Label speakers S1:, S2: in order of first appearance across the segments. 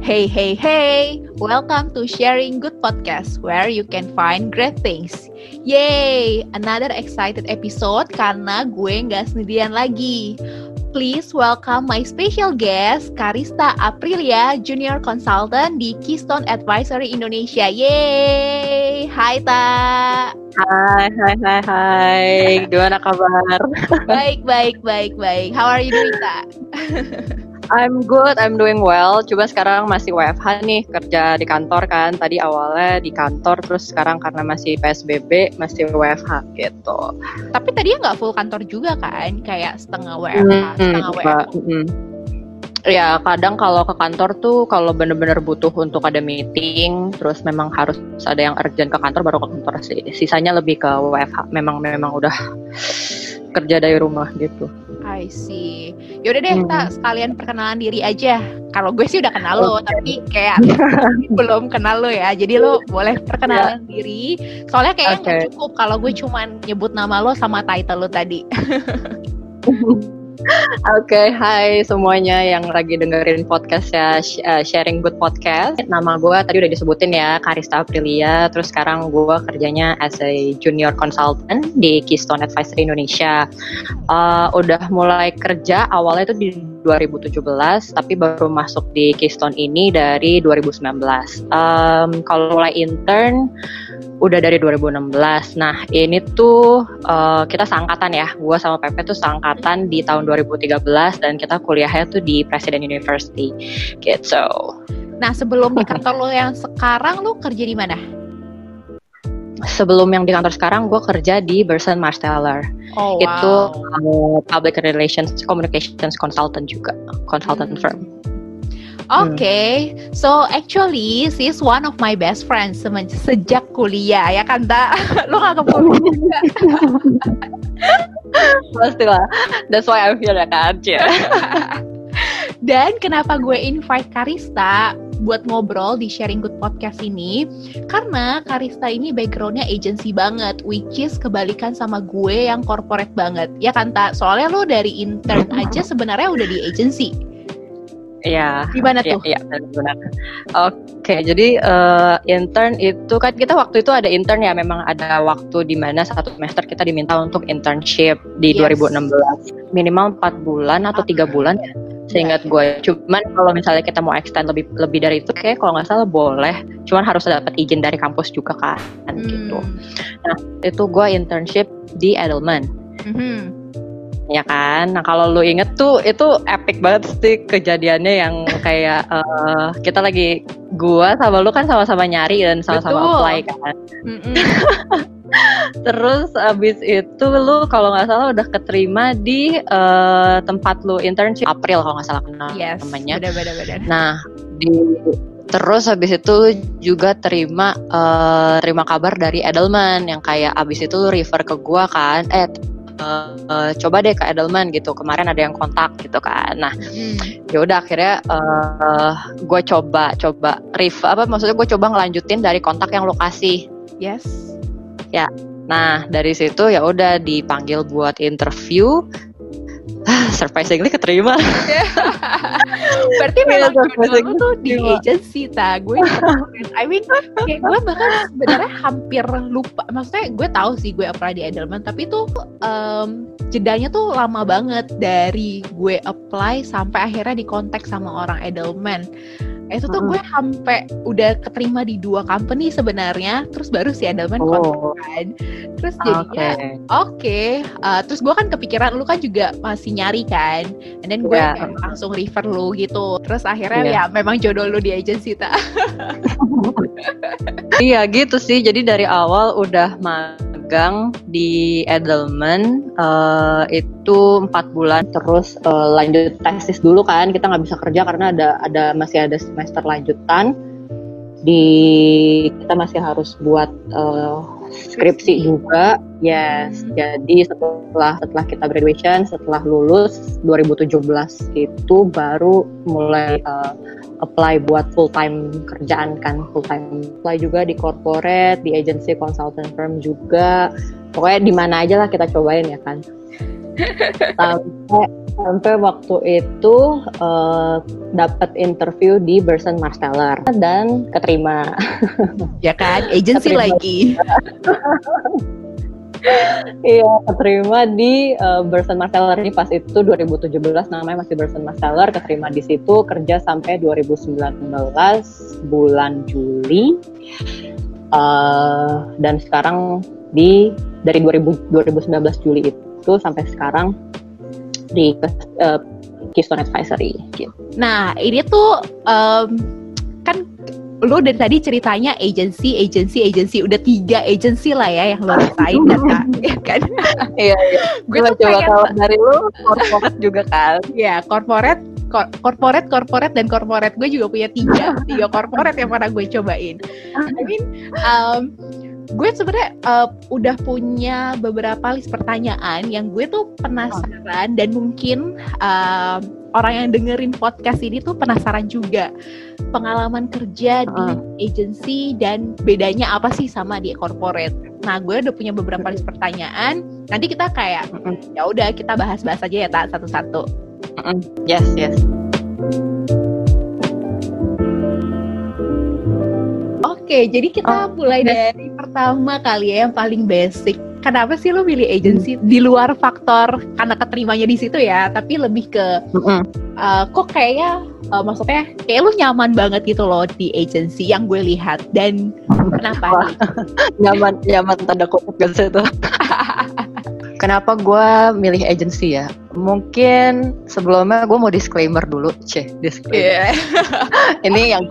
S1: Hey, hey, hey! Welcome to Sharing Good Podcast, where you can find great things. Yay! Another excited episode karena gue nggak sendirian lagi. Please welcome my special guest, Karista Aprilia, Junior Consultant di Keystone Advisory Indonesia. Yay! Hai, Ta!
S2: Hai. Gimana kabar?
S1: Baik. How are you doing, Ta?
S2: I'm good, I'm doing well. Cuma sekarang masih WFH nih, kerja di kantor kan. Tadi awalnya di kantor, terus sekarang karena masih PSBB, masih WFH gitu.
S1: Tapi tadinya nggak full kantor juga kan? Kayak setengah WFH, setengah WFH.
S2: Ya, kadang kalau ke kantor tuh kalau bener-bener butuh untuk ada meeting, terus memang harus ada yang urgent ke kantor baru ke kantor sih. Sisanya lebih ke WFH. Memang udah kerja dari rumah gitu.
S1: I see. Yaudah deh, kita sekalian perkenalan diri aja. Kalau gue sih udah kenal lo, tapi kayak belum kenal lo ya. Jadi lo boleh perkenalan diri. Soalnya kayaknya nggak cukup kalau gue cuman nyebut nama lo sama title lo tadi.
S2: Oke, hai semuanya yang lagi dengerin podcast ya, Sharing Good Podcast. Nama gue tadi udah disebutin ya, Karista Aprilia. Terus sekarang gue kerjanya as a junior consultant di Keystone Advisory Indonesia. Udah mulai kerja awalnya itu di 2017, tapi baru masuk di Keystone ini dari 2019. Kalau mulai intern udah dari 2016. Nah, ini tuh kita seangkatan ya. Gue sama Pepe tuh seangkatan di tahun 2013 dan kita kuliahnya tuh di Presiden University. Gitu.
S1: Nah, sebelum di kantor lo yang sekarang lo kerja di mana?
S2: Sebelum yang di kantor sekarang gue kerja di Burson Marsteller.
S1: Oh, wow.
S2: Itu public relations communications consultant juga, consultant firm.
S1: Okay, so actually she's one of my best friends sejak kuliah, ya kan, Ta? Lo gak keburu juga?
S2: Pastilah, that's why I'm here ya kan,
S1: Dan kenapa gue invite Karista buat ngobrol di Sharing Good Podcast ini? Karena Karista ini backgroundnya agency banget, which is kebalikan sama gue yang corporate banget, ya kan, Ta? Soalnya lo dari intern aja sebenarnya udah di agency.
S2: Iya.
S1: Gimana tuh?
S2: Iya, benar. Oke, jadi intern itu kan kita waktu itu ada intern ya, memang ada waktu di mana satu semester kita diminta untuk internship di 2016. Minimal 4 bulan atau 3 bulan ya, seingat gue. Cuman kalau misalnya kita mau extend lebih dari itu, kayak kalau nggak salah boleh. Cuman harus dapat izin dari kampus juga kan, gitu. Nah, itu gue internship di Edelman. Ya kan, nah kalau lu inget tuh itu epic banget sih kejadiannya yang kayak kita lagi gua sama lu kan sama-sama nyari dan sama-sama apply kan. Terus abis itu lu kalau nggak salah udah keterima di tempat lu internship April kalau nggak salah namanya.
S1: Bener.
S2: Nah terus habis itu juga terima kabar dari Edelman yang kayak abis itu lu refer ke gua kan, coba deh ke Edelman gitu, kemarin ada yang kontak gitu kan. Nah yaudah akhirnya gue coba maksudnya gue coba ngelanjutin dari kontak yang lokasi.
S1: Yes.
S2: Ya, nah dari situ ya udah dipanggil buat interview. Surprisingly keterima.
S1: Berarti memang jodoh lu tuh di agency, Ta. Gue kayak gue bahkan sebenarnya hampir lupa. Maksudnya gue tahu sih gue apply di Edelman, tapi tuh jedanya tuh lama banget dari gue apply sampai akhirnya dikontak sama orang Edelman. Itu tuh gue sampai udah keterima di 2 company sebenarnya, terus baru si Edelman kontak kan. Terus jadinya terus gue kan kepikiran lu kan juga masih nyari kan, and then gue langsung refer lu gitu. Terus akhirnya ya memang jodoh lu di agency, Ta.
S2: Iya gitu sih, jadi dari awal udah magang di Edelman itu 4 bulan, terus lanjut tesis dulu kan, kita nggak bisa kerja karena masih ada semester lanjutan, kita masih harus buat skripsi juga. Yes, jadi setelah kita graduation, setelah lulus 2017 itu baru mulai apply buat full time kerjaan kan, full time apply juga di corporate, di agency consultant firm juga, pokoknya di mana aja lah kita cobain ya kan. sampai waktu itu dapat interview di Burson Marsteller dan keterima.
S1: Ya kan, agency lagi.
S2: Iya, keterima di Burson Marsteller ini pas itu 2017, namanya masih Burson Marsteller. Keterima di situ, kerja sampai 2019 bulan Juli, dan sekarang dari 2019 Juli itu sampai sekarang di Keystone Advisory gitu.
S1: Nah, ini tuh kan lu dari tadi ceritanya agency, udah 3 agency lah ya yang lo rasain data, ya kan?
S2: Iya. Gue coba kalau dari lu corporate juga kan?
S1: Iya, corporate dan corporate. Gue juga punya 3 corporate yang pernah gue cobain. I mean, gue sebenarnya udah punya beberapa list pertanyaan yang gue tuh penasaran, dan mungkin orang yang dengerin podcast ini tuh penasaran juga pengalaman kerja di agency dan bedanya apa sih sama di corporate. Nah, gue udah punya beberapa list pertanyaan. Nanti kita kayak ya udah kita bahas-bahas aja ya Tak, satu-satu.
S2: Yes.
S1: Oke, jadi kita mulai dari pertama kali ya, yang paling basic. Kenapa sih lo milih agency di luar faktor karena keterimanya di situ ya, tapi lebih ke kok kayaknya maksudnya kayak lo nyaman banget gitu loh di agency yang gue lihat, dan kenapa?
S2: nyaman tanda kutip gak sih itu? Kenapa gue milih agency ya? Mungkin sebelumnya gue mau disclaimer dulu, disclaimer. Ini yang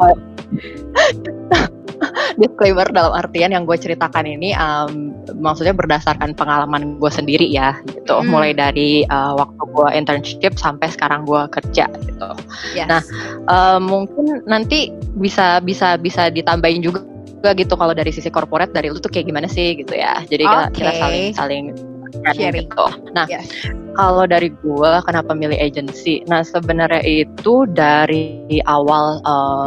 S2: disclaimer dalam artian yang gue ceritakan ini maksudnya berdasarkan pengalaman gue sendiri ya gitu. Mulai dari waktu gue internship sampai sekarang gue kerja gitu. Yes. Nah, mungkin nanti bisa ditambahin juga gitu kalau dari sisi corporate dari lu tuh kayak gimana sih gitu ya. Jadi kita saling sharing gitu. Nah, kalau dari gue kenapa milih agency? Nah, sebenarnya itu dari awal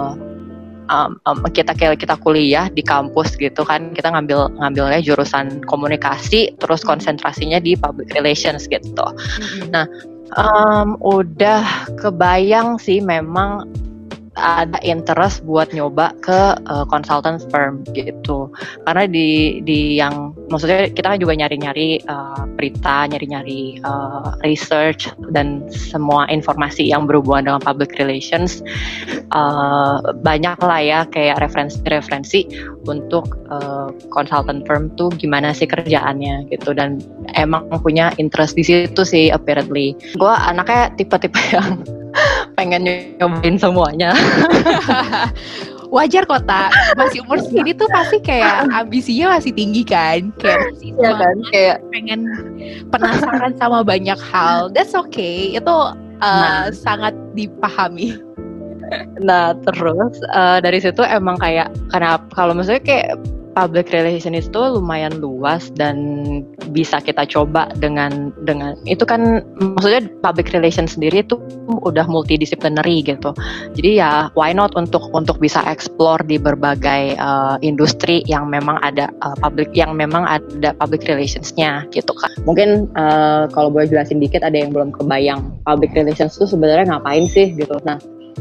S2: kita kuliah di kampus gitu kan, kita ngambilnya jurusan komunikasi, terus konsentrasinya di public relations gitu. Nah, udah kebayang sih memang ada interest buat nyoba ke consultant firm gitu, karena di yang maksudnya kita juga nyari-nyari berita, nyari-nyari research dan semua informasi yang berhubungan dengan public relations, banyak lah ya kayak referensi untuk consultant firm tuh gimana sih kerjaannya gitu, dan emang punya interest di situ sih apparently. Gue anaknya tipe-tipe yang pengen nyobain semuanya.
S1: Wajar kok, Tak. Masih umur segini tuh pasti kayak ambisinya masih tinggi kan, kayak masih
S2: kan? Kayak
S1: pengen penasaran sama banyak hal. That's okay, itu sangat dipahami.
S2: Nah, terus dari situ emang kayak kenapa kalau maksudnya kayak public relations itu lumayan luas dan bisa kita coba dengan itu kan, maksudnya public relations sendiri itu udah multidisciplinary gitu. Jadi ya why not untuk bisa explore di berbagai industri yang memang ada public relationsnya gitu kan. Mungkin kalau boleh jelasin dikit, ada yang belum kebayang public relations itu sebenarnya ngapain sih gitu. Nah,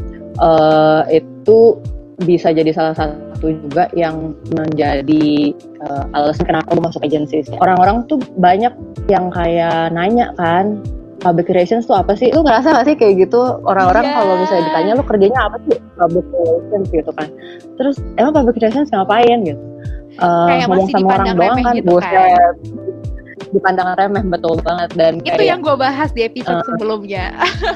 S2: itu bisa jadi salah satu juga yang menjadi alasan kenapa gue masuk agency. Orang-orang tuh banyak yang kayak nanya kan, public relations tuh apa sih? Lu ngerasa gak sih kayak gitu? Orang-orang kalau misalnya ditanya lu kerjanya apa sih public relations gitu kan, terus emang public relations ngapain gitu, ngomong sama orang doang kan,
S1: gitu
S2: buset, dipandang remeh, betul banget. Dan
S1: itu kayak, yang gue bahas di episode sebelumnya.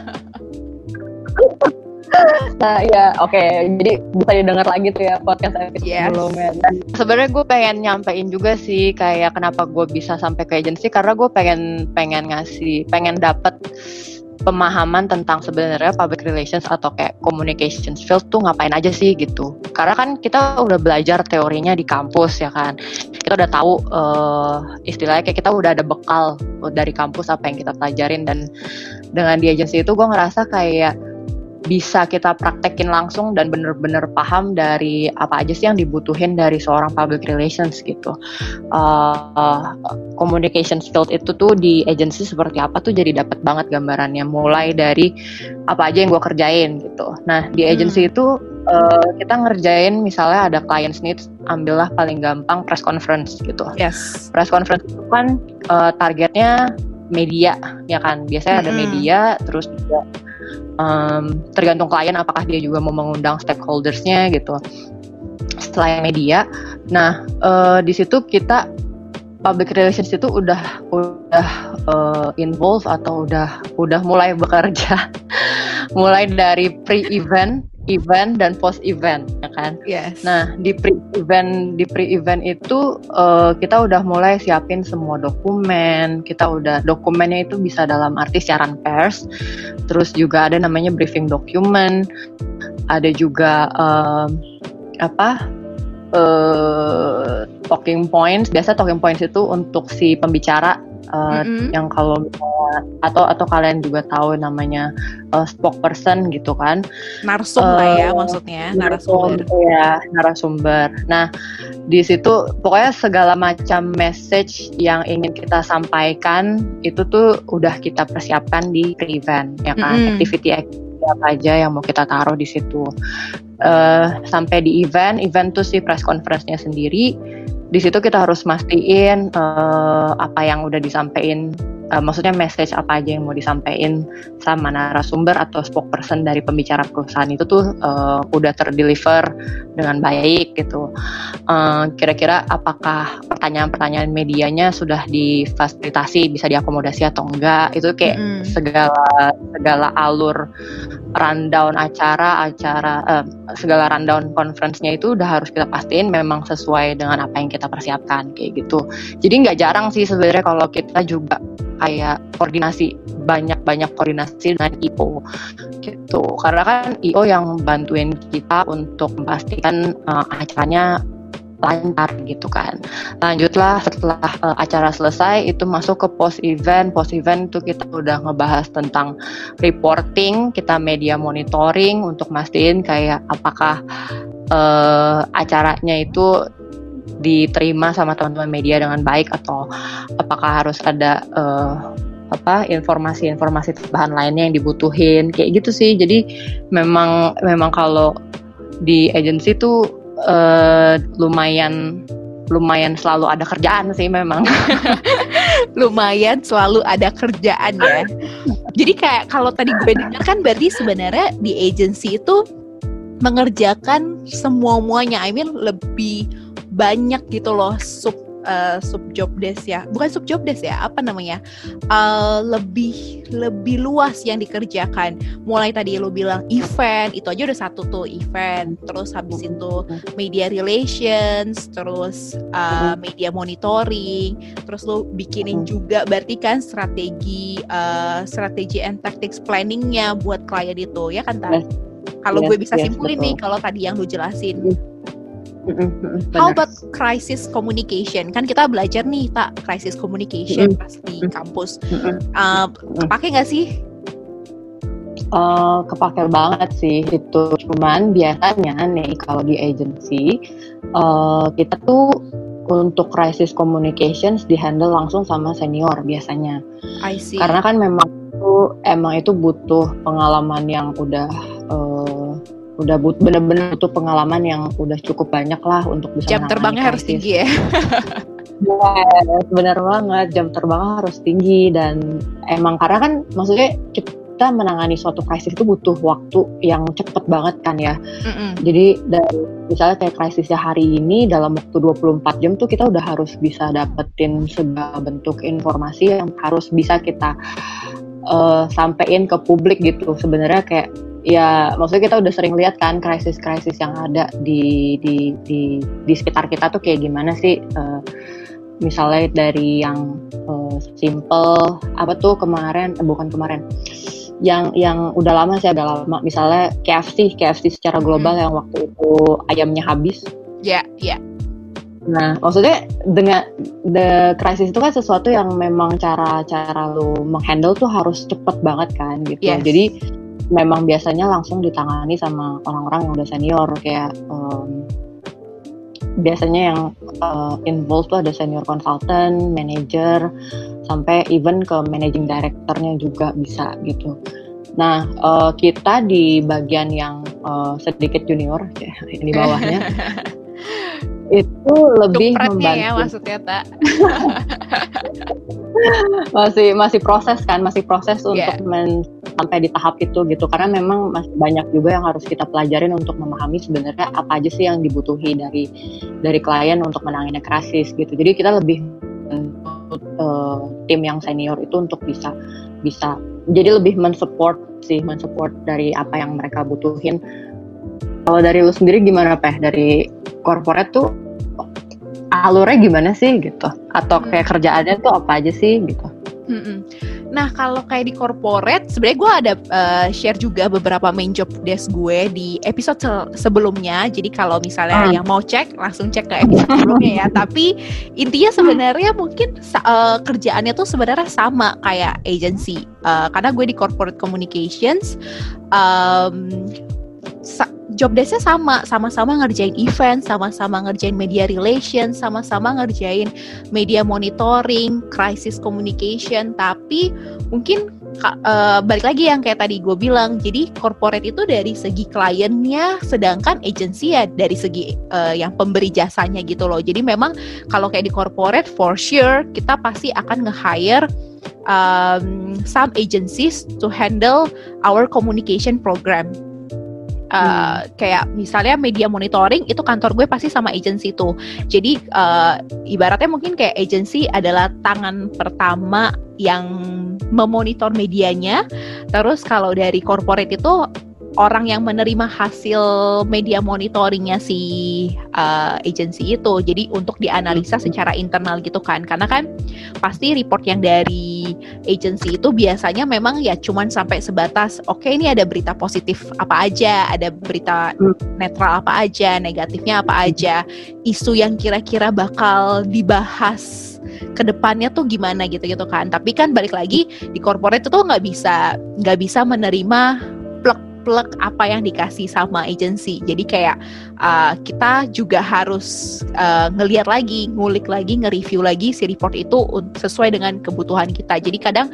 S2: Nah ya oke. Jadi bisa didengar lagi tuh ya podcast episode sebelumnya. Dan sebenarnya gue pengen nyampein juga sih kayak kenapa gue bisa sampai ke agency, karena gue pengen dapet pemahaman tentang sebenarnya public relations atau kayak communications field tuh ngapain aja sih gitu. Karena kan kita udah belajar teorinya di kampus ya kan, kita udah tahu istilahnya kayak kita udah ada bekal dari kampus apa yang kita pelajarin. Dan dengan di agency itu gue ngerasa kayak bisa kita praktekin langsung dan bener-bener paham dari apa aja sih yang dibutuhin dari seorang public relations gitu. Communication skills itu tuh di agency seperti apa tuh jadi dapat banget gambarannya, mulai dari apa aja yang gue kerjain gitu. Nah di agency itu kita ngerjain misalnya ada clients needs, ambillah paling gampang press conference gitu.
S1: Yes.
S2: Press conference itu kan targetnya media ya kan, biasanya ada media, terus juga tergantung klien apakah dia juga mau mengundang stakeholdersnya gitu. Selain media, nah di situ kita public relations itu udah involve atau udah mulai bekerja mulai dari pre-event, event dan post-event ya kan.
S1: Yes.
S2: Nah di pre-event itu kita udah mulai siapin semua dokumen. Dokumennya itu bisa dalam arti siaran pers, terus juga ada namanya briefing document, ada juga talking points. Biasa talking points itu untuk si pembicara yang kalau misalnya atau kalian juga tahu namanya spokesperson gitu kan,
S1: narsum lah ya maksudnya, narasumber.
S2: Ya, narasumber. Nah di situ pokoknya segala macam message yang ingin kita sampaikan itu tuh udah kita persiapkan di pre-event ya kan. Activity apa aja yang mau kita taruh di situ. Sampai di event tuh si press conference-nya sendiri. Di situ kita harus mastiin apa yang udah disampaikan, maksudnya message apa aja yang mau disampaikan sama narasumber atau spokesperson dari pembicara perusahaan itu tuh udah terdeliver dengan baik gitu. Kira-kira apakah pertanyaan-pertanyaan medianya sudah difasilitasi, bisa diakomodasi atau enggak? Itu kayak segala alur rundown segala rundown conference-nya itu udah harus kita pastiin memang sesuai dengan apa yang kita persiapkan kayak gitu. Jadi nggak jarang sih sebenarnya kalau kita juga kayak banyak koordinasi dengan IO gitu, karena kan IO yang bantuin kita untuk memastikan acaranya lancar gitu kan. Lanjutlah setelah acara selesai itu masuk ke post event itu kita udah ngebahas tentang reporting, kita media monitoring untuk mastiin kayak apakah acaranya itu diterima sama teman-teman media dengan baik atau apakah harus ada informasi tambahan lainnya yang dibutuhin kayak gitu sih. Jadi memang kalau di agency tuh lumayan selalu ada kerjaan sih memang.
S1: Lumayan selalu ada kerjaan ya. Jadi kayak kalau tadi gue dengar kan berarti sebenarnya di agency itu mengerjakan semuanya. I mean lebih banyak gitu loh sub job desk ya, bukan sub job desk ya, apa namanya, lebih luas yang dikerjakan. Mulai tadi lo bilang event, itu aja udah satu tuh event, terus habis itu media relations, terus media monitoring, terus lo bikinin juga berarti kan strategi and tactics planningnya buat klien itu ya kan tadi. Kalau gue bisa simpulin nih, kalau tadi yang lo jelasin. How about crisis communication? Kan kita belajar nih crisis communication pas di kampus. Kepake nggak sih?
S2: Kepake banget sih itu. Cuman biasanya nih kalau di agency kita tuh untuk crisis communications dihandle langsung sama senior biasanya.
S1: I see.
S2: Karena kan memang itu butuh pengalaman yang udah benar-benar butuh pengalaman yang udah cukup banyak lah untuk bisa
S1: jam terbangnya harus tinggi ya.
S2: Benar banget, jam terbangnya harus tinggi. Dan emang karena kan maksudnya kita menangani suatu krisis itu butuh waktu yang cepet banget kan ya. Jadi dari misalnya kayak krisisnya hari ini dalam waktu 24 jam tuh kita udah harus bisa dapetin segala bentuk informasi yang harus bisa kita sampein ke publik gitu. Sebenarnya kayak ya maksudnya kita udah sering lihat kan krisis-krisis yang ada di sekitar kita tuh kayak gimana sih, misalnya dari yang simple apa tuh yang udah lama misalnya KFC secara global yang waktu itu ayamnya habis.
S1: Ya.
S2: Nah, maksudnya dengan the crisis itu kan sesuatu yang memang cara lu menghandle tuh harus cepet banget kan gitu.
S1: Yes.
S2: Jadi memang biasanya langsung ditangani sama orang-orang yang udah senior, kayak biasanya yang involved tuh ada senior consultant, manager, sampai even ke managing directornya juga bisa gitu. Nah, kita di bagian yang sedikit junior, di bawahnya, itu lebih
S1: Cupretnya
S2: membantu.
S1: Ya maksudnya tak.
S2: masih proses untuk sampai di tahap itu gitu, karena memang masih banyak juga yang harus kita pelajarin untuk memahami sebenarnya apa aja sih yang dibutuhi dari klien untuk menangani krisis gitu. Jadi kita lebih tim yang senior itu untuk bisa jadi lebih mensupport dari apa yang mereka butuhin. Kalau dari lu sendiri gimana, Peh? Dari corporate tuh alurnya gimana sih gitu? Atau kayak kerjaannya tuh apa aja sih gitu?
S1: Nah, kalau kayak di corporate, sebenarnya gue ada share juga beberapa main job desk gue di episode sebelumnya. Jadi kalau misalnya yang mau cek, langsung cek ke episode sebelumnya ya. Tapi intinya sebenarnya mungkin kerjaannya tuh sebenarnya sama kayak agency. Karena gue di corporate communications, job desk-nya sama-sama ngerjain event, sama-sama ngerjain media relations, sama-sama ngerjain media monitoring, crisis communication. Tapi mungkin balik lagi yang kayak tadi gue bilang, jadi corporate itu dari segi kliennya, sedangkan agency ya dari segi yang pemberi jasanya gitu loh. Jadi memang kalau kayak di corporate, for sure kita pasti akan nge-hire some agencies to handle our communication program. Kayak misalnya media monitoring itu kantor gue pasti sama agency tuh. Jadi ibaratnya mungkin kayak agency adalah tangan pertama yang memonitor medianya. Terus kalau dari corporate itu orang yang menerima hasil media monitoringnya si agency itu. Jadi untuk dianalisa secara internal gitu kan. Karena kan pasti report yang dari agency itu biasanya memang ya cuman sampai sebatas oke, ini ada berita positif apa aja, ada berita netral apa aja, negatifnya apa aja, isu yang kira-kira bakal dibahas ke depannya tuh gimana gitu kan. Tapi kan balik lagi di corporate itu tuh nggak bisa menerima plek apa yang dikasih sama agency. Jadi kayak kita juga harus ngelihat lagi, ngulik lagi, nge-review lagi si report itu sesuai dengan kebutuhan kita. Jadi kadang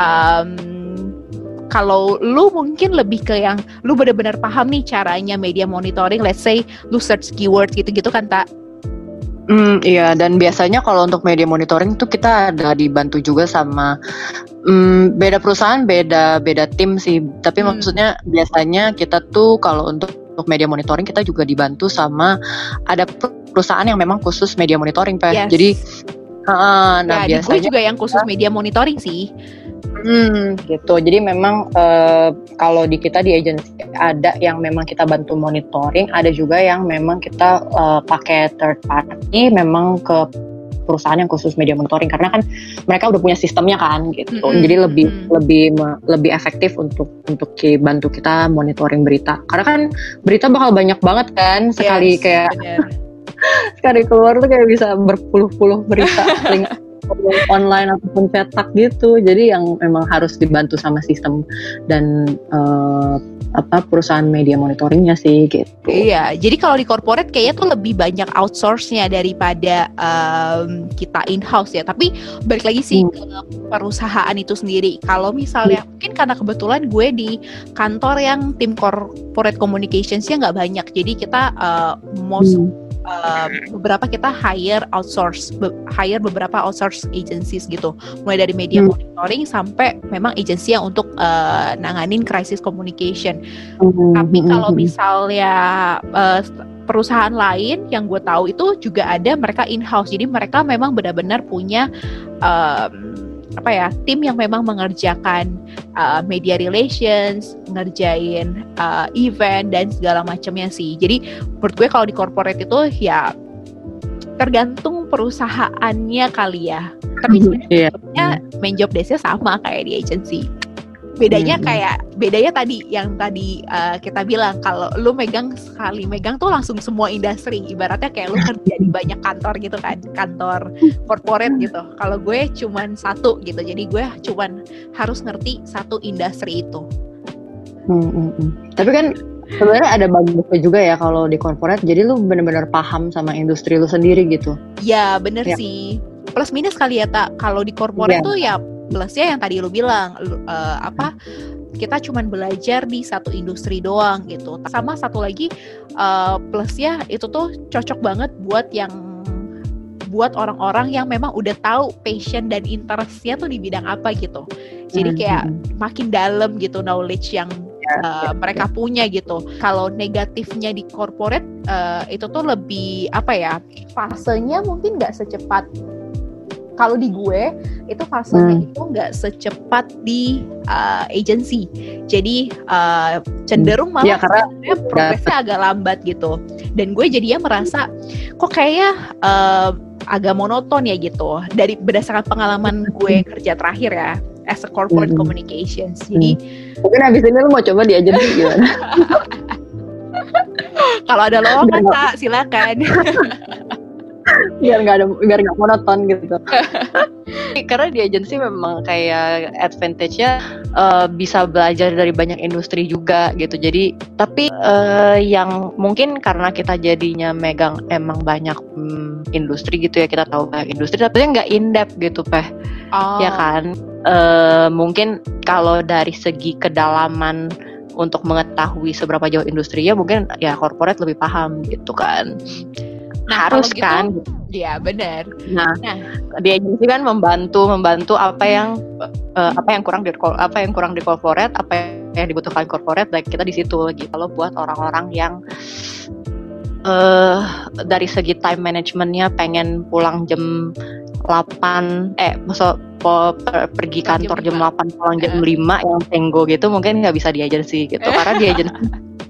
S1: kalau lu mungkin lebih ke yang lu benar-benar paham nih caranya media monitoring, let's say lu search keyword gitu-gitu kan, Tak?
S2: Iya, dan biasanya kalau untuk media monitoring tuh kita ada dibantu juga sama beda perusahaan, beda tim sih. Tapi maksudnya biasanya kita tuh kalau untuk media monitoring kita juga dibantu sama ada perusahaan yang memang khusus media monitoring, Pak.
S1: Yes.
S2: Jadi nah
S1: ya,
S2: biasanya
S1: gue juga yang khusus media monitoring sih.
S2: Gitu. Jadi memang kalau di kita di agency ada yang memang kita bantu monitoring, ada juga yang memang kita pakai third party memang ke perusahaan yang khusus media monitoring, karena kan mereka udah punya sistemnya kan gitu. Jadi lebih efektif untuk bantu kita monitoring berita. Karena kan berita bakal banyak banget kan sekali, kayak sekali keluar tuh kayak bisa berpuluh-puluh berita online ataupun cetak gitu. Jadi yang memang harus dibantu sama sistem dan perusahaan media monitoringnya sih gitu.
S1: Iya, jadi kalau di corporate kayaknya tuh lebih banyak outsource-nya daripada kita in-house ya. Tapi balik lagi sih ke perusahaan itu sendiri. Kalau misalnya mungkin karena kebetulan gue di kantor yang tim corporate communications-nya nggak banyak, jadi kita beberapa kita hire beberapa outsource agencies gitu, mulai dari media monitoring sampai memang agency yang untuk nanganin crisis communication. Tapi kalau misalnya perusahaan lain yang gue tahu itu juga ada mereka in-house, jadi mereka memang benar-benar punya tim yang memang mengerjakan media relations, ngerjain event dan segala macamnya sih. Jadi menurut gue kalau di corporate itu ya tergantung perusahaannya kali ya. Tapi sebenarnya main job desk-nya sama kayak di agency. Bedanya tadi yang tadi kita bilang, kalau lu sekali megang tuh langsung semua industri, ibaratnya kayak lu kerja di banyak kantor gitu kan, kantor corporate gitu. Kalau gue cuman satu gitu, jadi gue cuman harus ngerti satu industri itu.
S2: Tapi kan sebenarnya ada bagusnya juga ya kalau di corporate, jadi lu benar-benar paham sama industri lu sendiri gitu.
S1: Ya bener sih, plus minus kali ya tak. Kalau di corporate tuh ya plusnya yang tadi lu bilang kita cuman belajar di satu industri doang gitu. Sama satu lagi plusnya itu tuh cocok banget buat orang-orang yang memang udah tahu passion dan interestnya tuh di bidang apa gitu. Jadi kayak makin dalam gitu knowledge yang mereka punya gitu. Kalau negatifnya di corporate itu tuh lebih fasenya mungkin nggak secepat. Kalau di gue itu fasenya itu nggak secepat di agency. Jadi cenderung malah karena progresnya agak lambat gitu. Dan gue jadinya merasa kok kayaknya agak monoton ya gitu. Dari berdasarkan pengalaman gue kerja terakhir ya as a corporate communications. Jadi
S2: mungkin habis ini lu mau coba di agency gimana?
S1: Kalau ada lowongan tak silakan.
S2: biar nggak monoton gitu. Karena di agency memang kayak advantage-nya bisa belajar dari banyak industri juga gitu. Jadi tapi yang mungkin karena kita jadinya megang emang banyak industri gitu ya, kita tahu banyak industri tapi nggak in depth gitu ya kan. Mungkin kalau dari segi kedalaman untuk mengetahui seberapa jauh industrinya mungkin ya corporate lebih paham gitu kan.
S1: Nah,
S2: harus
S1: gitu,
S2: kan?
S1: Ya benar.
S2: Nah, di agensi kan membantu apa yang kurang di corporate, apa yang dibutuhkan corporate, dan kita di situ lagi. Kalau buat orang-orang yang dari segi time managementnya pengen pulang jam 8, pergi kantor jam 8 pulang jam 5 yang tenggo gitu, mungkin nggak bisa di agensi gitu. Karena di agensi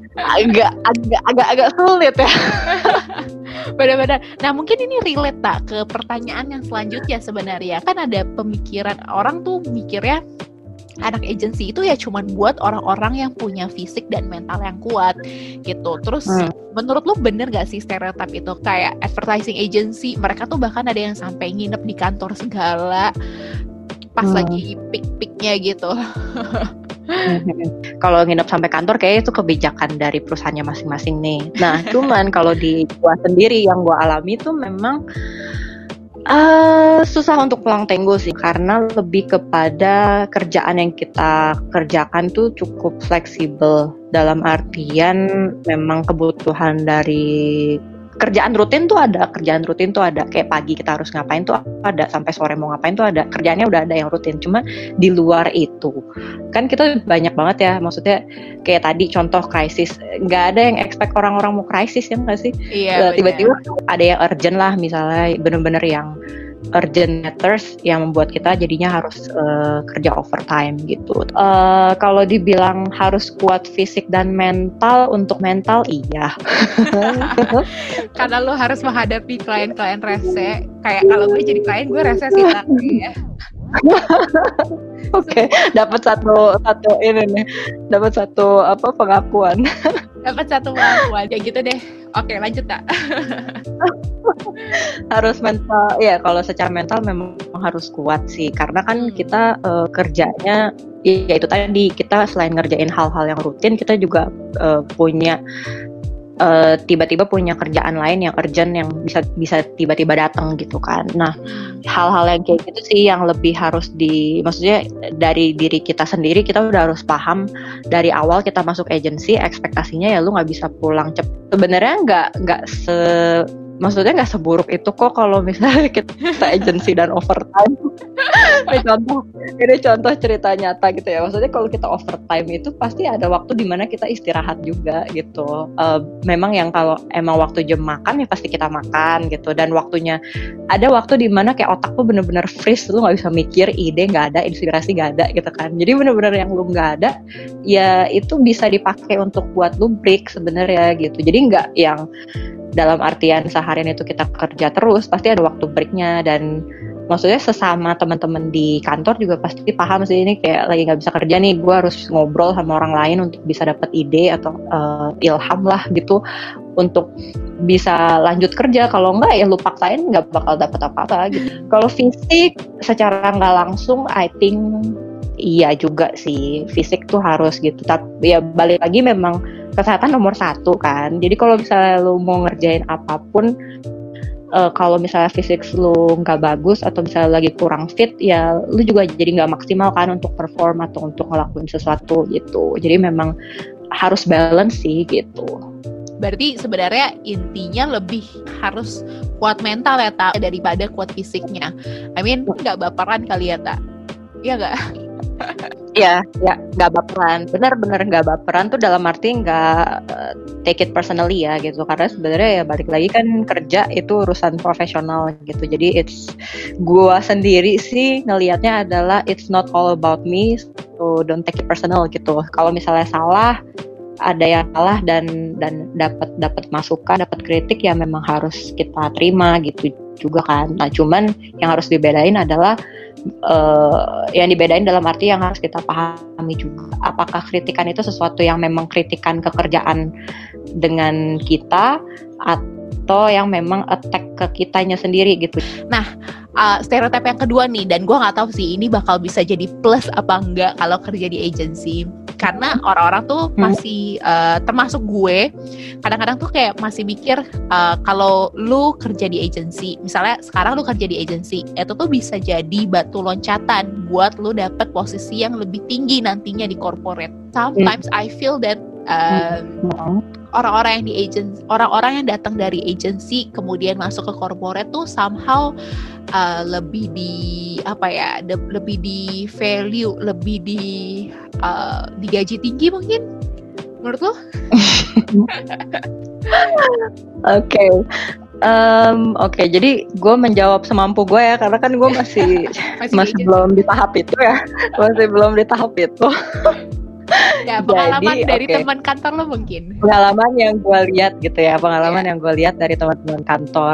S2: agak sulit ya.
S1: Benar-benar. Nah mungkin ini relate tak ke pertanyaan yang selanjutnya sebenarnya. Kan ada pemikiran orang tuh mikirnya anak agency itu ya cuman buat orang-orang yang punya fisik dan mental yang kuat gitu. Terus menurut lu bener gak sih stereotip itu? Kayak advertising agency mereka tuh bahkan ada yang sampai nginep di kantor segala pas lagi peak-peaknya gitu.
S2: Kalau nginep sampai kantor kayaknya itu kebijakan dari perusahaannya masing-masing nih. Nah, cuman kalau di gua sendiri yang gua alami tuh memang susah untuk pulang tenggo sih, karena lebih kepada kerjaan yang kita kerjakan tuh cukup fleksibel, dalam artian memang kebutuhan dari kerjaan rutin tuh ada, kayak pagi kita harus ngapain tuh ada, sampai sore mau ngapain tuh ada, kerjaannya udah ada yang rutin. Cuma di luar itu kan kita banyak banget ya, maksudnya kayak tadi contoh krisis, nggak ada yang expect orang-orang mau krisis ya nggak sih?
S1: Iya,
S2: tiba-tiba ada yang urgent lah, misalnya bener-bener yang urgent matters yang membuat kita jadinya harus kerja overtime gitu. Kalau dibilang harus kuat fisik dan mental, untuk mental iya.
S1: Karena lo harus menghadapi klien-klien rese. Kayak kalau gue jadi klien gue rese sih ya.
S2: Oke, dapat satu ini nih, dapat satu pengakuan.
S1: Dapat satu pengakuan, ya gitu deh. Oke, lanjut tak?
S2: Harus mental, ya kalau secara mental memang harus kuat sih, karena kan kita kerjanya, ya itu tadi, kita selain ngerjain hal-hal yang rutin, kita juga punya tiba-tiba punya kerjaan lain yang urgent yang bisa tiba-tiba datang gitu kan. Nah, hal-hal yang kayak gitu sih yang lebih harus maksudnya dari diri kita sendiri, kita udah harus paham dari awal kita masuk agency, ekspektasinya ya lu nggak bisa pulang cepet. Sebenarnya maksudnya nggak seburuk itu kok kalau misalnya kita agency dan overtime. Ini contoh cerita nyata gitu ya. Maksudnya kalau kita overtime itu pasti ada waktu di mana kita istirahat juga gitu. Memang yang kalau emang waktu jam makan ya pasti kita makan gitu. Dan ada waktu di mana kayak otak lu bener-bener freeze, lu nggak bisa mikir, ide nggak ada, inspirasi nggak ada gitu kan. Jadi bener-bener yang lu nggak ada, ya itu bisa dipakai untuk buat lu break sebenarnya gitu. Jadi nggak yang dalam artian seharian itu kita kerja terus, pasti ada waktu breaknya. Dan maksudnya sesama teman-teman di kantor juga pasti paham sih, ini kayak lagi nggak bisa kerja nih, gue harus ngobrol sama orang lain untuk bisa dapat ide atau ilham lah gitu untuk bisa lanjut kerja. Kalau enggak ya lu paksain nggak bakal dapat apa-apa gitu. Kalau fisik secara nggak langsung I think iya juga sih, fisik tuh harus gitu. Tapi ya balik lagi memang kesehatan nomor satu kan. Jadi kalau misalnya lu mau ngerjain apapun, kalau misalnya fisik lu nggak bagus atau misalnya lagi kurang fit, ya lu juga jadi nggak maksimal kan untuk perform atau untuk ngelakuin sesuatu gitu. Jadi memang harus balance sih gitu.
S1: Berarti sebenarnya intinya lebih harus kuat mental ya Tak, daripada kuat fisiknya. I mean nggak baperan kali ya Tak? Iya nggak?
S2: Ya nggak baperan, benar-benar nggak baperan tuh dalam arti nggak take it personally ya gitu, karena sebenarnya ya balik lagi kan kerja itu urusan profesional gitu, jadi gua sendiri sih ngelihatnya adalah it's not all about me, so don't take it personal gitu. Kalau misalnya salah, ada yang salah dan dapat masukan, dapat kritik, ya memang harus kita terima gitu juga kan. Nah cuman yang harus dibedain adalah yang dibedain dalam arti yang harus kita pahami juga, apakah kritikan itu sesuatu yang memang kritikan kekerjaan dengan kita atau yang memang attack ke kitanya sendiri gitu.
S1: Nah, stereotip yang kedua nih, dan gue nggak tahu sih ini bakal bisa jadi plus apa enggak kalau kerja di agency. Karena orang-orang tuh masih termasuk gue, kadang-kadang tuh kayak masih mikir kalau lu kerja di agency, misalnya sekarang lu kerja di agency, itu tuh bisa jadi batu loncatan buat lu dapet posisi yang lebih tinggi nantinya di corporate. Sometimes I feel that orang-orang yang datang dari agency kemudian masuk ke corporate tuh somehow lebih di lebih di value, lebih digaji tinggi mungkin, menurut lo?
S2: Oke, jadi gue menjawab semampu gue ya, karena kan gue masih belum di tahap itu ya, masih belum di tahap itu.
S1: Ya, pengalaman dari teman kantor lo mungkin.
S2: Pengalaman yang gue lihat gitu ya, yang gue lihat dari teman-teman kantor.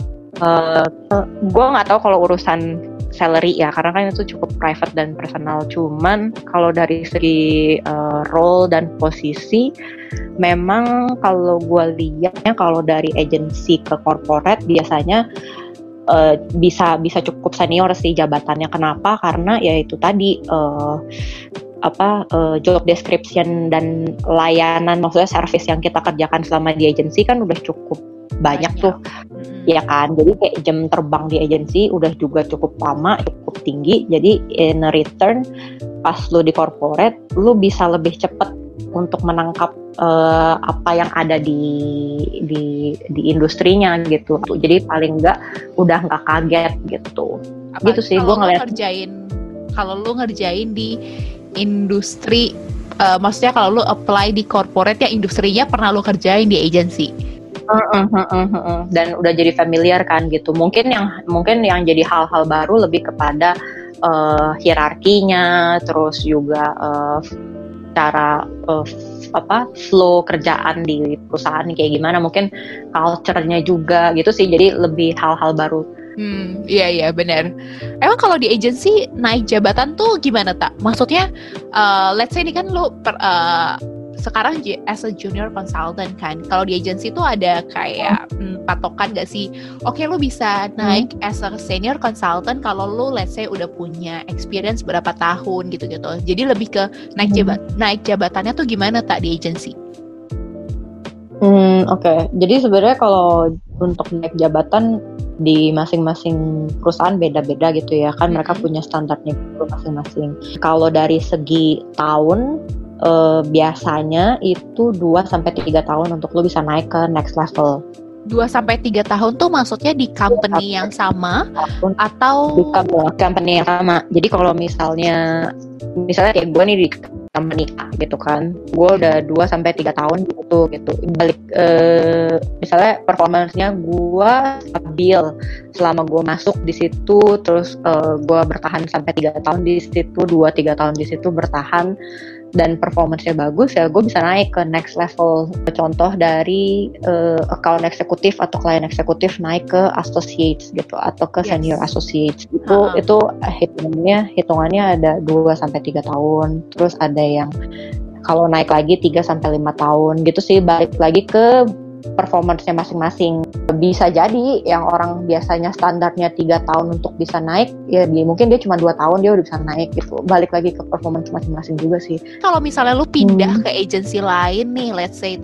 S2: Gue nggak tahu kalau urusan salary ya, karena kan itu cukup private dan personal. Cuman kalau dari segi role dan posisi, memang kalau gue lihatnya kalau dari agency ke corporate biasanya bisa cukup senior sih jabatannya. Kenapa? Karena ya itu tadi job description dan layanan, maksudnya service yang kita kerjakan selama di agency kan udah cukup banyak tuh, ya kan. Jadi kayak jam terbang di agency udah juga cukup lama, cukup tinggi. Jadi in return pas lu di corporate, lu bisa lebih cepat untuk menangkap apa yang ada di industrinya gitu. Jadi paling enggak udah nggak kaget gitu. Gitu sih gue ngeliat.
S1: Kalau lu ngerjain di industri, maksudnya kalau lu apply di corporate ya industrinya pernah lu kerjain di agency.
S2: Dan udah jadi familiar kan gitu. Mungkin yang jadi hal-hal baru lebih kepada hierarkinya, terus juga cara flow kerjaan di perusahaan kayak gimana, mungkin culture-nya juga gitu sih. Jadi lebih hal-hal baru.
S1: Iya benar. Emang kalau di agency naik jabatan tuh gimana Tak? Maksudnya, let's say ini kan lo sekarang as a junior consultant kan. Kalau di agency tuh ada kayak patokan gak sih? Oke, lo bisa naik as a senior consultant kalau lo let's say udah punya experience berapa tahun gitu-gitu. Jadi lebih ke naik jabatannya tuh gimana Tak di agency?
S2: Oke. Jadi sebenarnya kalau untuk naik jabatan di masing-masing perusahaan beda-beda gitu ya kan, mereka punya standarnya masing-masing. Kalau dari segi tahun, biasanya itu 2-3 tahun untuk lo bisa naik ke next level.
S1: 2-3 tahun tuh maksudnya di company yang sama atau
S2: di company yang sama. Jadi kalau misalnya kayak gue nih di company A gitu kan, gue udah 2-3 tahun gitu. Balik misalnya performance-nya gue stabil selama gue masuk di situ, terus gue bertahan sampai 3 tahun di situ, 2-3 tahun di situ bertahan, dan performance-nya bagus, ya gue bisa naik ke next level. Contoh dari account eksekutif atau klien eksekutif naik ke associates gitu, atau ke senior associates itu hitungannya ada 2-3 tahun. Terus ada yang kalau naik lagi 3-5 tahun gitu sih. Balik lagi ke performance-nya masing-masing. Bisa jadi yang orang biasanya standarnya 3 tahun untuk bisa naik, ya mungkin dia cuma 2 tahun dia udah bisa naik gitu. Balik lagi ke performance masing-masing juga sih.
S1: Kalau misalnya lu pindah ke agency lain nih, let's say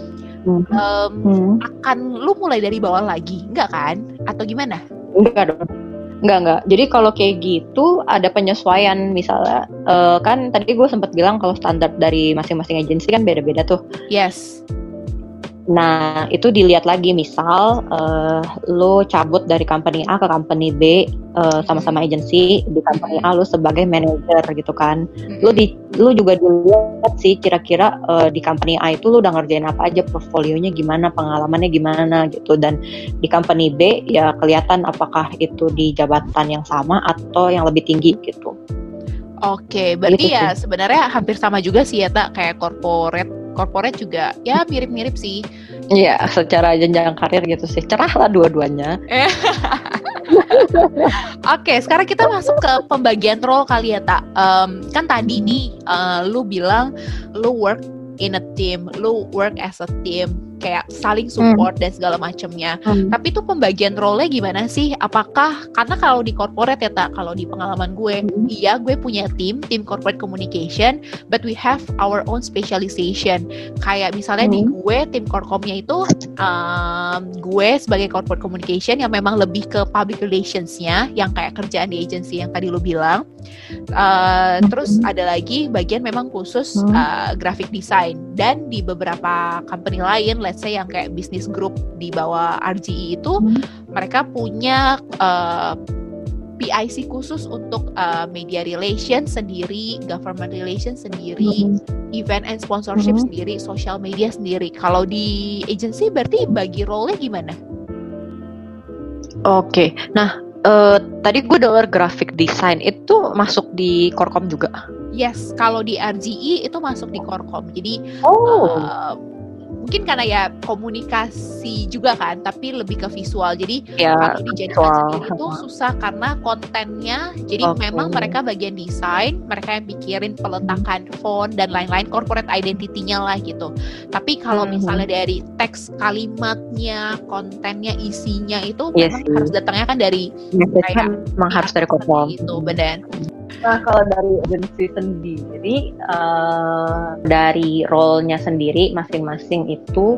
S1: akan lu mulai dari bawah lagi, enggak kan? Atau gimana?
S2: Enggak dong. Enggak. Jadi kalau kayak gitu ada penyesuaian, misalnya kan tadi gue sempat bilang kalau standar dari masing-masing agensi kan beda-beda tuh.
S1: Yes.
S2: Nah itu dilihat lagi, misal lo cabut dari company A ke company B, sama-sama agensi, di company A lo sebagai manager gitu kan. Lo juga dilihat sih kira-kira di company A itu lo udah ngerjain apa aja, portfolionya gimana, pengalamannya gimana gitu. Dan di company B ya kelihatan apakah itu di jabatan yang sama atau yang lebih tinggi gitu.
S1: Oke, berarti gitu ya sebenarnya hampir sama juga sih ya Tak, kayak corporate juga ya mirip-mirip sih.
S2: Iya, secara jenjang karir gitu sih. Cerah lah dua-duanya.
S1: Oke, sekarang kita masuk ke pembagian role kali ya Tak. Kan tadi nih lu bilang lu work in a team, lu work as a team, kayak saling support dan segala macamnya. Tapi tuh pembagian role-nya gimana sih? Apakah, karena kalau di corporate ya Tak, kalau di pengalaman gue, iya gue punya tim corporate communication, but we have our own specialization. Kayak misalnya di gue, tim korkomnya itu gue sebagai corporate communication yang memang lebih ke public relations-nya, yang kayak kerjaan di agency yang tadi lu bilang. Terus ada lagi bagian memang khusus graphic design. Dan di beberapa company lain, let's say yang kayak business group di bawah RGE itu, mereka punya PIC khusus untuk media relations sendiri, government relations sendiri, event and sponsorship sendiri, social media sendiri. Kalau di agency berarti bagi role-nya gimana?
S2: Oke, nah tadi gue dengar graphic design itu masuk di Korkom juga?
S1: Yes, kalau di RGE itu masuk di Korkom. Jadi mungkin karena ya komunikasi juga kan, tapi lebih ke visual. Jadi kalau dijadikan sendiri itu susah karena kontennya. Jadi memang mereka bagian desain, mereka yang pikirin peletakan font dan lain-lain, corporate identity-nya lah gitu. Tapi kalau misalnya dari teks kalimatnya, kontennya, isinya itu memang harus datangnya kan dari kayak
S2: memang harus dari Korkom.
S1: Itu benar.
S2: Nah kalau dari agency sendiri, dari role-nya sendiri masing-masing itu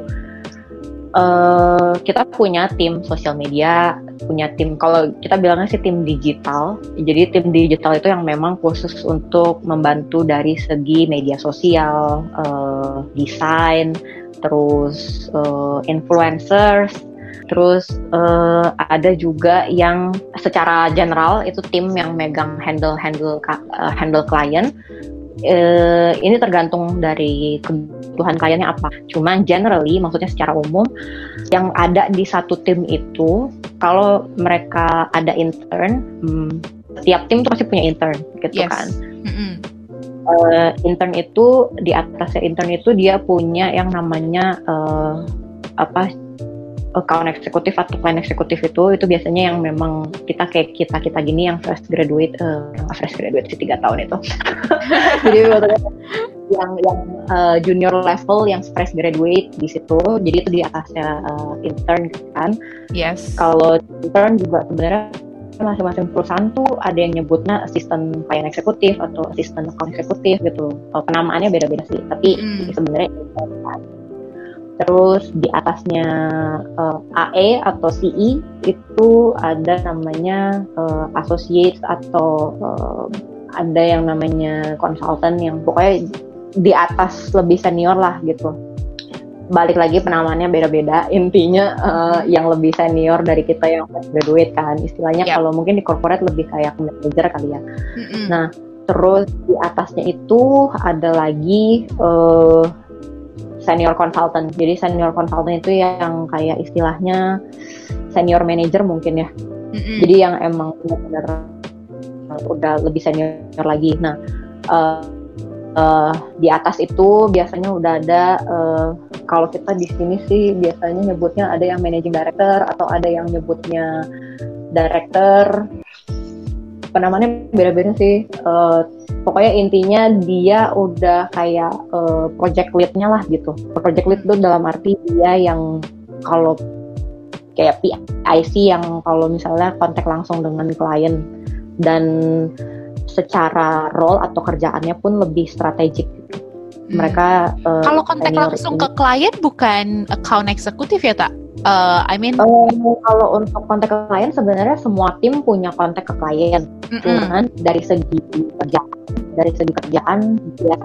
S2: kita punya tim sosial media, punya tim, kalau kita bilangnya sih tim digital. Jadi tim digital itu yang memang khusus untuk membantu dari segi media sosial, desain, terus influencers. Terus ada juga yang secara general itu tim yang megang handle klien. Ini tergantung dari kebutuhan kliennya apa. Cuman generally, maksudnya secara umum, yang ada di satu tim itu, kalau mereka ada intern, setiap tim tuh pasti punya intern, gitu kan. Intern itu, di atasnya intern itu dia punya yang namanya account eksekutif atau client eksekutif. Itu biasanya yang memang kita kayak kita gini yang fresh graduate sih 3 tahun itu. Jadi yang junior level yang fresh graduate di situ. Jadi itu di atasnya intern kan.
S1: Yes.
S2: Kalau intern juga sebenarnya masing-masing perusahaan tuh ada yang nyebutnya asisten client eksekutif atau asisten account eksekutif gitu. Penamaannya beda-beda sih, tapi sebenarnya terus di atasnya AE atau CE itu ada namanya associate atau ada yang namanya consultant, yang pokoknya di atas lebih senior lah gitu. Balik lagi penamaannya beda-beda, intinya yang lebih senior dari kita yang graduate kan istilahnya. Kalau mungkin di corporate lebih kayak manager kali ya. Nah terus di atasnya itu ada lagi senior consultant. Jadi senior consultant itu yang kayak istilahnya senior manager mungkin ya. Jadi yang emang benar-benar udah lebih senior lagi. Nah di atas itu biasanya udah ada kalau kita di sini sih biasanya nyebutnya ada yang managing director atau ada yang nyebutnya director. penamannya beda-beda sih. Pokoknya intinya dia udah kayak project lead-nya lah gitu. Project lead itu dalam arti dia yang kalau kayak PIC yang kalau misalnya kontak langsung dengan klien, dan secara role atau kerjaannya pun lebih strategik. Mereka
S1: kalau kontak langsung ke klien bukan account eksekutif ya, Tak?
S2: Kalau untuk kontak ke klien sebenarnya semua tim punya kontak ke klien. Cuman dari segi kerjaan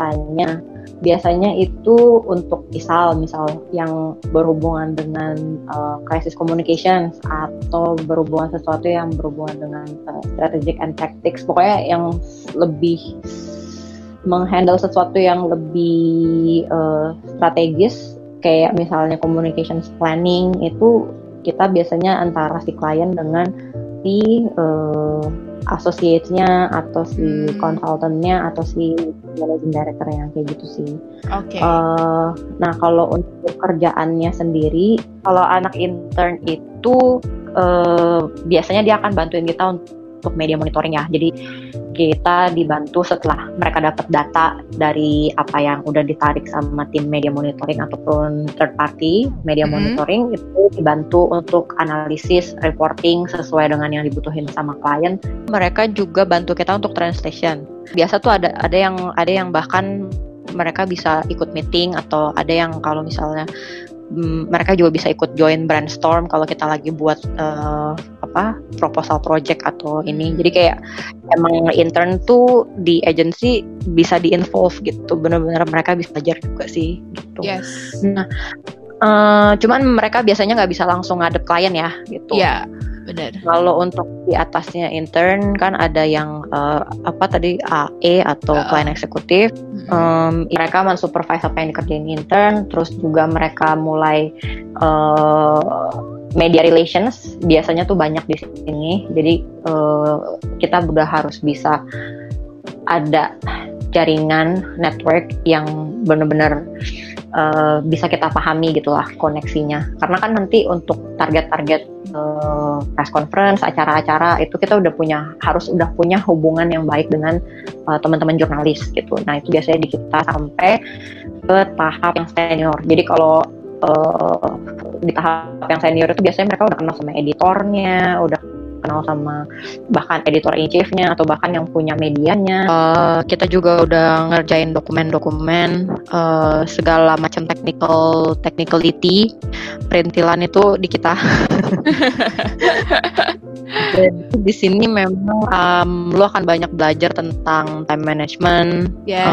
S2: biasanya itu untuk misal yang berhubungan dengan crisis communications atau berhubungan sesuatu yang berhubungan dengan strategic and tactics, pokoknya yang lebih menghandle sesuatu yang lebih strategis, kayak misalnya communications planning, itu kita biasanya antara si klien dengan si associate-nya atau si consultant-nya atau si managing director yang kayak gitu sih.
S1: Oke.
S2: Nah kalau untuk kerjaannya sendiri, kalau anak intern itu biasanya dia akan bantuin kita untuk media monitoring ya. Jadi kita dibantu setelah mereka dapat data dari apa yang udah ditarik sama tim media monitoring ataupun third party media monitoring, itu dibantu untuk analisis, reporting sesuai dengan yang dibutuhin sama klien. Mereka juga bantu kita untuk translation. Biasa tuh ada yang bahkan mereka bisa ikut meeting, atau ada yang kalau misalnya mereka juga bisa ikut join brainstorm kalau kita lagi buat proposal project atau ini. Jadi kayak emang intern tuh di agency bisa di-involve gitu, benar-benar mereka bisa belajar juga sih gitu.
S1: Yes.
S2: Nah, cuman mereka biasanya nggak bisa langsung ngadep klien ya gitu.
S1: Iya, benar.
S2: Kalau untuk di atasnya intern kan ada yang AE atau client eksekutif. Mereka mensupervise apa yang dikerjain intern, terus juga mereka mulai media relations biasanya tuh banyak di sini. Jadi kita udah harus bisa ada jaringan network yang benar-benar bisa kita pahami gitulah koneksinya. Karena kan nanti untuk target-target press conference, acara-acara itu kita harus punya hubungan yang baik dengan teman-teman jurnalis gitu. Nah itu biasanya di kita sampai ke tahap yang senior. Jadi kalau di tahap yang senior itu biasanya mereka udah kenal sama editornya, udah kenal sama bahkan editor in chief-nya atau bahkan yang punya medianya. Kita juga udah ngerjain dokumen-dokumen, segala macam technicality, perintilan itu di kita. Jadi di sini memang lo akan banyak belajar tentang time management,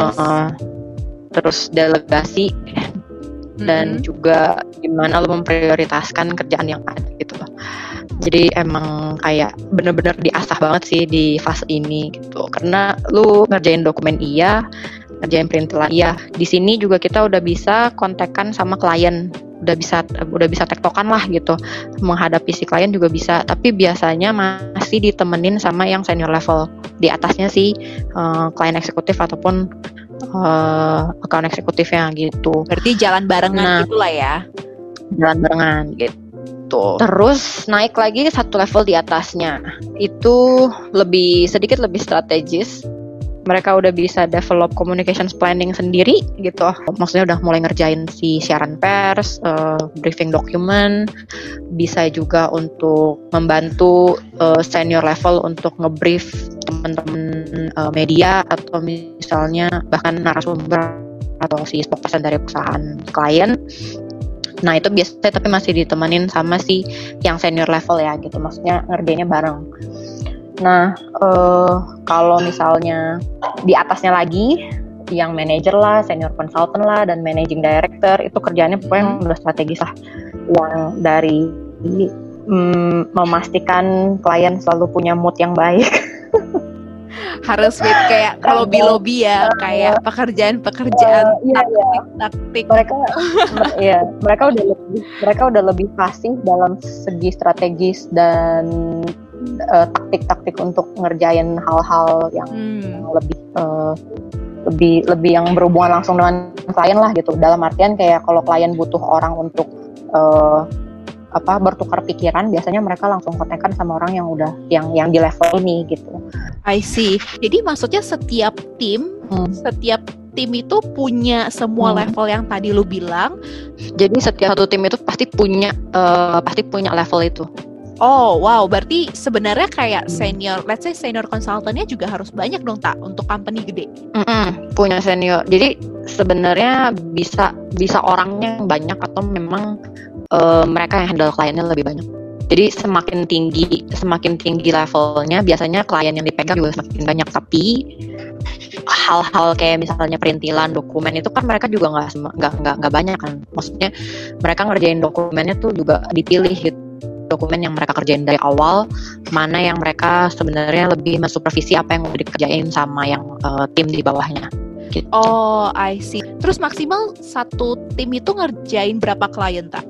S2: terus delegasi, dan juga gimana lo memprioritaskan kerjaan yang ada gitu loh. Jadi emang kayak bener-bener diasah banget sih di fase ini gitu. Karena lu ngerjain dokumen iya, ngerjain perintilan iya. Di sini juga kita udah bisa kontekan sama klien, udah bisa tektokan lah gitu. Menghadapi si klien juga bisa, tapi biasanya masih ditemenin sama yang senior level. Di atasnya sih klien eksekutif ataupun account eksekutifnya gitu.
S1: Berarti jalan barengan gitulah ya.
S2: Jalan barengan gitu. Terus naik lagi satu level di atasnya, itu sedikit lebih strategis. Mereka udah bisa develop communications planning sendiri gitu. Maksudnya udah mulai ngerjain si siaran pers, briefing document, bisa juga untuk membantu senior level untuk ngebrief teman-teman media atau misalnya bahkan narasumber atau si spokesperson dari perusahaan klien. Nah itu biasanya tapi masih ditemenin sama si yang senior level ya gitu, maksudnya ngerjainnya bareng. Nah kalau misalnya di atasnya lagi yang manager lah, senior consultant lah, dan managing director, itu kerjaannya pokoknya yang udah strategis lah, yang dari memastikan klien selalu punya mood yang baik.
S1: Harus kayak lobby ya, kayak pekerjaan taktik.
S2: Mereka udah lebih fasih dalam segi strategis dan taktik-taktik untuk ngerjain hal-hal yang lebih yang berhubungan langsung dengan klien lah gitu. Dalam artian kayak kalau klien butuh orang untuk bertukar pikiran, biasanya mereka langsung kontekan sama orang yang udah yang di level ini gitu.
S1: I see. Jadi maksudnya setiap tim itu punya semua level yang tadi lu bilang.
S2: Jadi setiap satu tim itu pasti punya level itu.
S1: Oh wow, berarti sebenarnya kayak senior, let's say senior konsultannya juga harus banyak dong tak untuk company gede.
S2: Punya senior. Jadi sebenarnya bisa orangnya yang banyak atau memang mereka yang handle kliennya lebih banyak. Jadi semakin tinggi levelnya, biasanya klien yang dipegang juga semakin banyak. Tapi hal-hal kayak misalnya perintilan dokumen itu kan mereka juga nggak banyak kan. Maksudnya mereka ngerjain dokumennya tuh juga dipilih gitu. Dokumen yang mereka kerjain dari awal, mana yang mereka sebenarnya lebih mensupervisi apa yang udah dikerjain sama yang tim di bawahnya. Gitu.
S1: Oh, I see. Terus maksimal satu tim itu ngerjain berapa klien tak?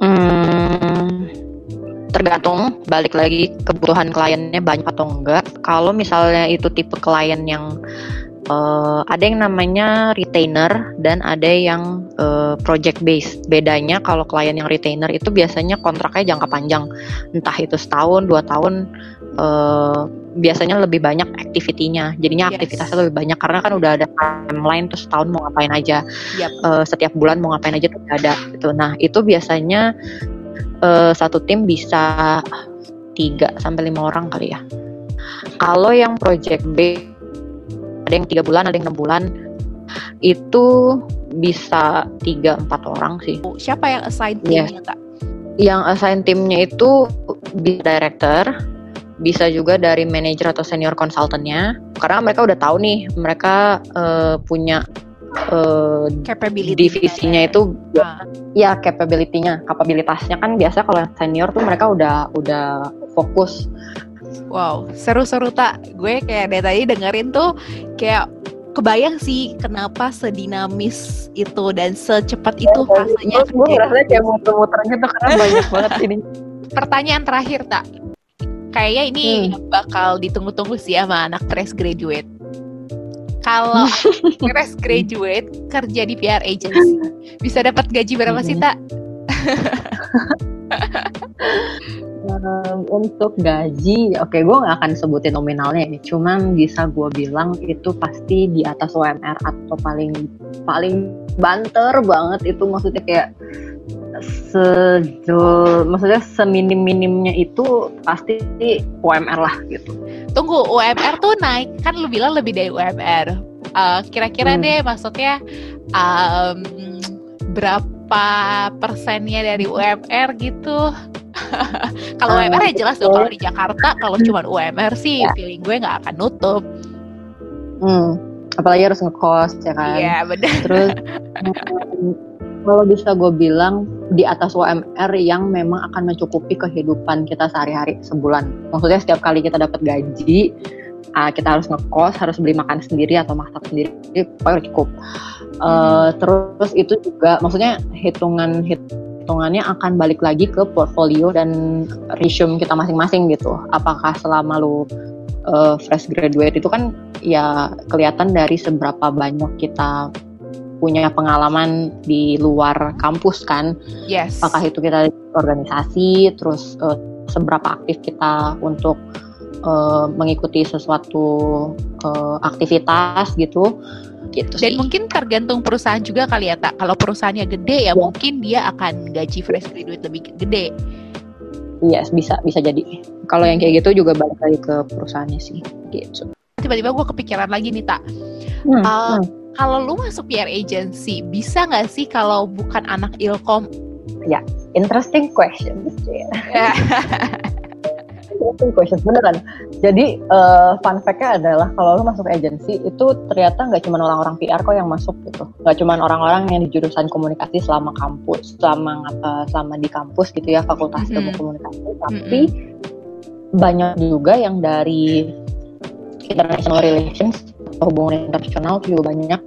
S2: Tergantung, balik lagi kebutuhan kliennya banyak atau enggak. Kalau misalnya itu tipe klien yang ada yang namanya retainer dan ada yang project based. Bedanya kalau klien yang retainer itu biasanya kontraknya jangka panjang, entah itu setahun, 2 tahun. Biasanya lebih banyak aktivitinya, jadinya aktivitasnya lebih banyak karena kan udah ada timeline, terus setahun mau ngapain aja, setiap bulan mau ngapain aja tuh ada gitu. Nah itu biasanya satu tim bisa 3-5 orang kali ya. Kalau yang project based ada yang 3 bulan, ada yang 6 bulan, itu bisa 3-4 orang sih.
S1: Siapa yang assign timnya Kak?
S2: Yang assign timnya itu bisa director, bisa juga dari manager atau senior consultant-nya, karena mereka udah tahu nih, mereka punya
S1: capability
S2: divisinya itu ya kapabilitasnya kan biasa kalau yang senior tuh mereka udah fokus.
S1: Wow, seru-seru tak? Gue kayak dari tadi dengerin tuh kayak kebayang sih kenapa sedinamis itu dan secepat itu rasanya.
S2: Gue rasanya kayak muter-muter gitu karena banyak banget ini.
S1: Pertanyaan terakhir tak? Kayaknya ini bakal ditunggu-tunggu sih sama anak fresh graduate. Kalau fresh graduate kerja di PR agency, bisa dapat gaji berapa sih tak?
S2: Untuk gaji, oke, gue nggak akan sebutin nominalnya ini, cuman bisa gue bilang itu pasti di atas UMR atau paling banter banget itu, maksudnya kayak maksudnya seminim-minimnya itu pasti UMR lah gitu.
S1: Tunggu, UMR tuh naik kan lu bilang lebih dari UMR. Kira-kira deh maksudnya berapa persennya dari UMR gitu? Kalau UMR ya jelas dong, kalau di Jakarta kalau cuma UMR sih feeling gue nggak akan nutup.
S2: Apalagi harus ngekos ya kan.
S1: Iya benar.
S2: Terus kalau bisa gue bilang di atas UMR yang memang akan mencukupi kehidupan kita sehari-hari sebulan. Maksudnya setiap kali kita dapat gaji, kita harus ngekos, harus beli makan sendiri atau masak sendiri, pokoknya cukup. Terus itu juga maksudnya hitungannya akan balik lagi ke portfolio dan resume kita masing-masing gitu. Apakah selama lu fresh graduate itu kan ya kelihatan dari seberapa banyak kita punya pengalaman di luar kampus kan.
S1: Yes.
S2: Apakah itu kita organisasi, terus seberapa aktif kita untuk mengikuti sesuatu aktivitas gitu.
S1: Dan sih. Mungkin tergantung perusahaan juga kali ya tak. Kalau perusahaannya gede ya mungkin dia akan gaji fresh graduate lebih gede.
S2: Yes, bisa jadi. Kalau yang kayak gitu juga balik lagi ke perusahaannya sih gitu.
S1: Tiba-tiba gue kepikiran lagi nih tak. Kalau lu masuk PR agency, bisa nggak sih kalau bukan anak Ilkom?
S2: Ya, interesting question. Interesting question, beneran. Jadi fun fact-nya adalah kalau lu masuk agency itu ternyata nggak cuma orang-orang PR kok yang masuk gitu. Nggak cuma orang-orang yang di jurusan komunikasi selama di kampus gitu ya, fakultas ilmu komunikasi. Tapi banyak juga yang dari international relations, hubungan internasional juga banyak.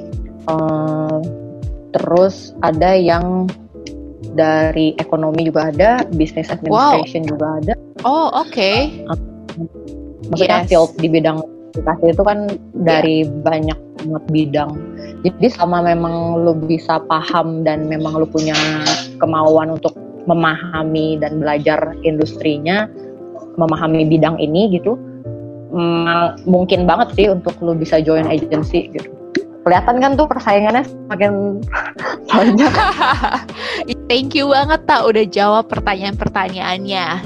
S2: Terus ada yang dari ekonomi juga ada, business administration juga ada.
S1: Oh, oke.
S2: Maksudnya field di bidang komunikasi itu kan dari banyak banget bidang. Jadi selama memang lu bisa paham dan memang lu punya kemauan untuk memahami dan belajar industrinya, memahami bidang ini gitu, mungkin banget sih untuk lu bisa join agency gitu. Kelihatan kan tuh persaingannya semakin banyak.
S1: Thank you banget Tak udah jawab pertanyaan-pertanyaannya.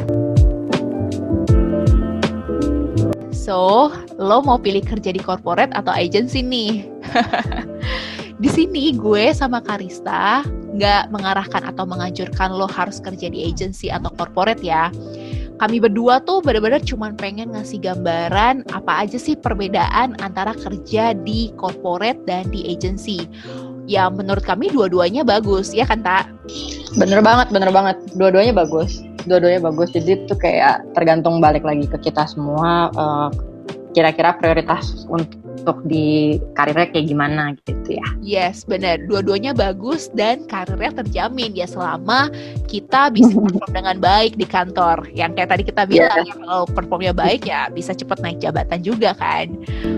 S1: So, lo mau pilih kerja di corporate atau agency nih? Di sini gue sama Karista nggak mengarahkan atau menganjurkan lo harus kerja di agency atau corporate ya. Kami berdua tuh benar-benar cuman pengen ngasih gambaran apa aja sih perbedaan antara kerja di corporate dan di agency. Ya menurut kami dua-duanya bagus, ya kan Tak?
S2: Bener banget. Dua-duanya bagus. Jadi itu kayak tergantung balik lagi ke kita semua. Kira-kira prioritas untuk di karirnya kayak gimana gitu ya.
S1: Yes, benar. Dua-duanya bagus dan karirnya terjamin ya selama kita bisa perform dengan baik di kantor. Yang kayak tadi kita bilang, ya, kalau performnya baik ya bisa cepat naik jabatan juga kan.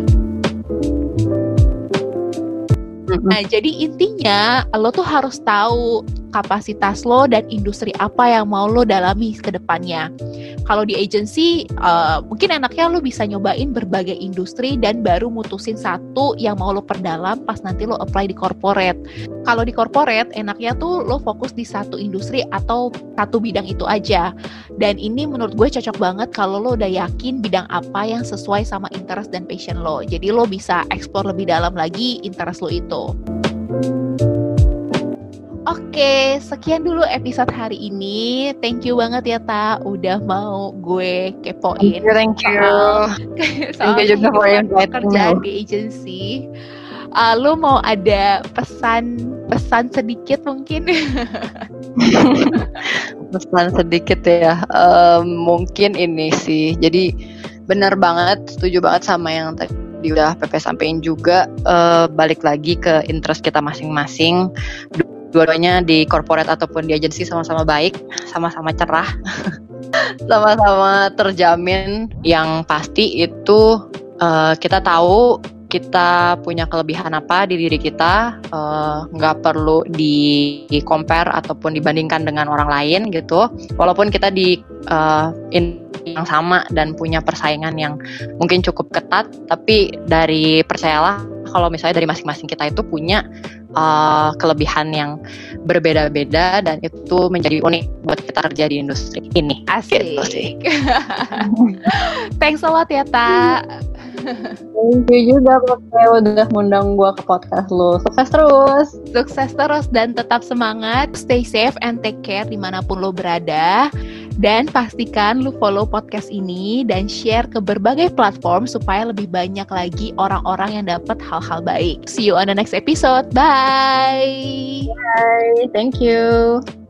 S1: Nah, jadi intinya lo tuh harus tahu kapasitas lo dan industri apa yang mau lo dalami ke depannya. Kalau di agency, mungkin enaknya lo bisa nyobain berbagai industri dan baru mutusin satu yang mau lo perdalam pas nanti lo apply di corporate. Kalau di corporate, enaknya tuh lo fokus di satu industri atau satu bidang itu aja. Dan ini menurut gue cocok banget kalau lo udah yakin bidang apa yang sesuai sama interest dan passion lo. Jadi lo bisa explore lebih dalam lagi interest lo itu. Oke, sekian dulu episode hari ini. Thank you banget ya Ta, udah mau gue kepoin.
S2: Thank you.
S1: Thank you juga for kerjaan di agency. Lu mau ada pesan sedikit mungkin?
S2: Pesan sedikit ya. Mungkin ini sih. Jadi benar banget, setuju banget sama yang tadi udah Pepe sampein juga. Balik lagi ke interest kita masing-masing. Dua-duanya di corporate ataupun di agency sama-sama baik, sama-sama cerah, sama-sama terjamin. Yang pasti itu kita tahu kita punya kelebihan apa di diri kita, nggak perlu di-compare ataupun dibandingkan dengan orang lain gitu. Walaupun kita di yang sama dan punya persaingan yang mungkin cukup ketat, tapi percayalah kalau misalnya dari masing-masing kita itu punya kelebihan yang berbeda-beda dan itu menjadi unik buat kita kerja di industri ini.
S1: Asik.
S2: Gitu sih.
S1: Thanks a lot ya Ta.
S2: Thank you juga Pepe udah ngundang gue ke podcast lo. Sukses terus
S1: dan tetap semangat. Stay safe and take care dimanapun lo berada. Dan pastikan lu follow podcast ini dan share ke berbagai platform supaya lebih banyak lagi orang-orang yang dapat hal-hal baik. See you on the next episode. Bye.
S2: Bye. Thank you.